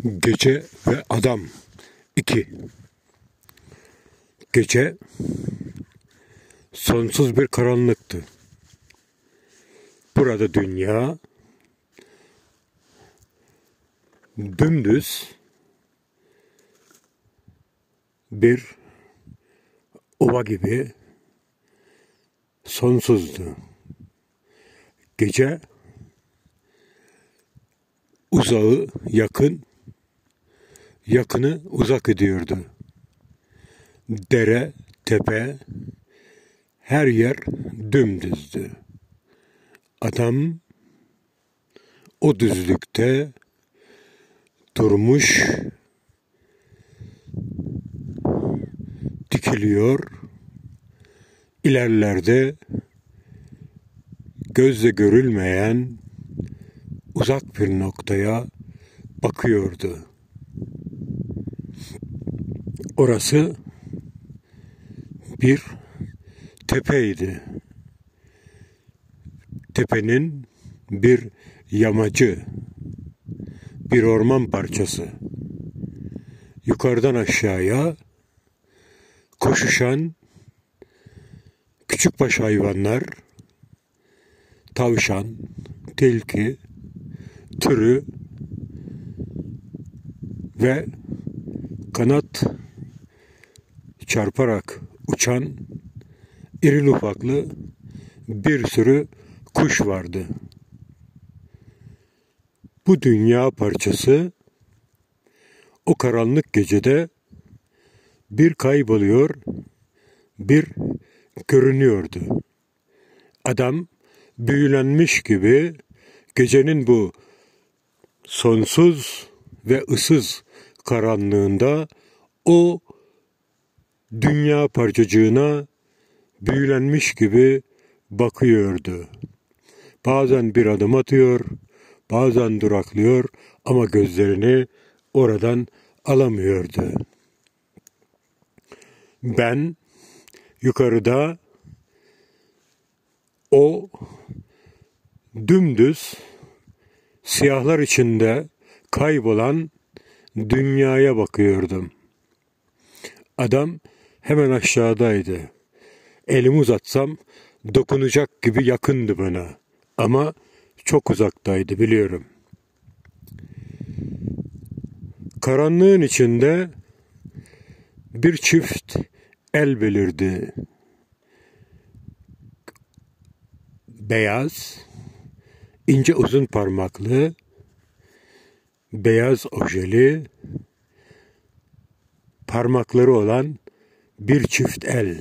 Gece ve Adam 2. Gece sonsuz bir karanlıktı. Burada dünya dümdüz bir ova gibi sonsuzdu. Gece uzağı yakın, yakını uzak ediyordu. Dere, tepe, her yer dümdüzdü. Adam o düzlükte durmuş, dikiliyor, ilerlerde gözle görülmeyen uzak bir noktaya bakıyordu. Orası bir tepeydi. Tepenin bir yamacı, bir orman parçası. Yukarıdan aşağıya koşuşan küçükbaş hayvanlar, tavşan, tilki türü ve kanat çarparak uçan irili ufaklı bir sürü kuş vardı. Bu dünya parçası o karanlık gecede bir kayboluyor, bir görünüyordu. Adam büyülenmiş gibi gecenin bu sonsuz ve ıssız karanlığında o dünya parçacığına büyülenmiş gibi bakıyordu. Bazen bir adım atıyor, bazen duraklıyor ama gözlerini oradan alamıyordu. Ben yukarıda o dümdüz siyahlar içinde kaybolan dünyaya bakıyordum. Adam hemen aşağıdaydı. Elimi uzatsam dokunacak gibi yakındı bana. Ama çok uzaktaydı, biliyorum. Karanlığın içinde bir çift el belirdi. Beyaz, ince uzun parmaklı, beyaz ojeli, parmakları olan bir çift el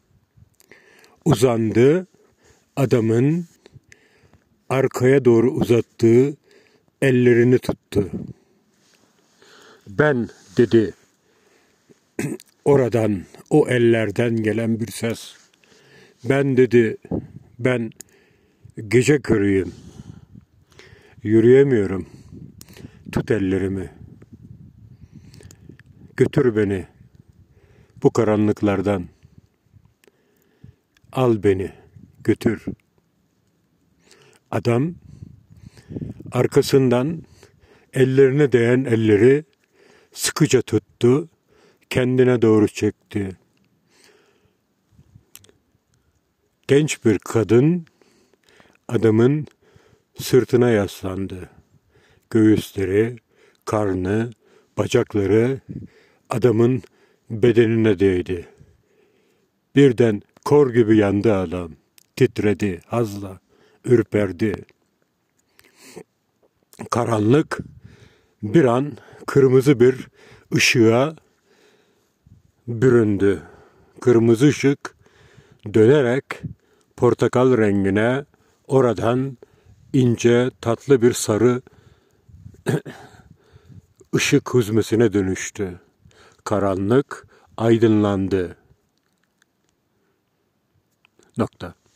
uzandı, adamın arkaya doğru uzattığı ellerini tuttu. Ben, dedi, oradan, o ellerden gelen bir ses. Ben, dedi, ben gece körüyüm. Yürüyemiyorum. Tut ellerimi. Götür beni bu karanlıklardan. Al beni, götür. Adam arkasından ellerine değen elleri sıkıca tuttu, kendine doğru çekti. Genç bir kadın adamın sırtına yaslandı. Göğüsleri, karnı, bacakları adamın bedenine değdi. Birden kor gibi yandı adam. Titredi, hazla, ürperdi. Karanlık bir an kırmızı bir ışığa büründü. Kırmızı ışık dönerek portakal rengine, oradan ince tatlı bir sarı ışık hüzmesine dönüştü. Karanlık aydınlandı. Nokta.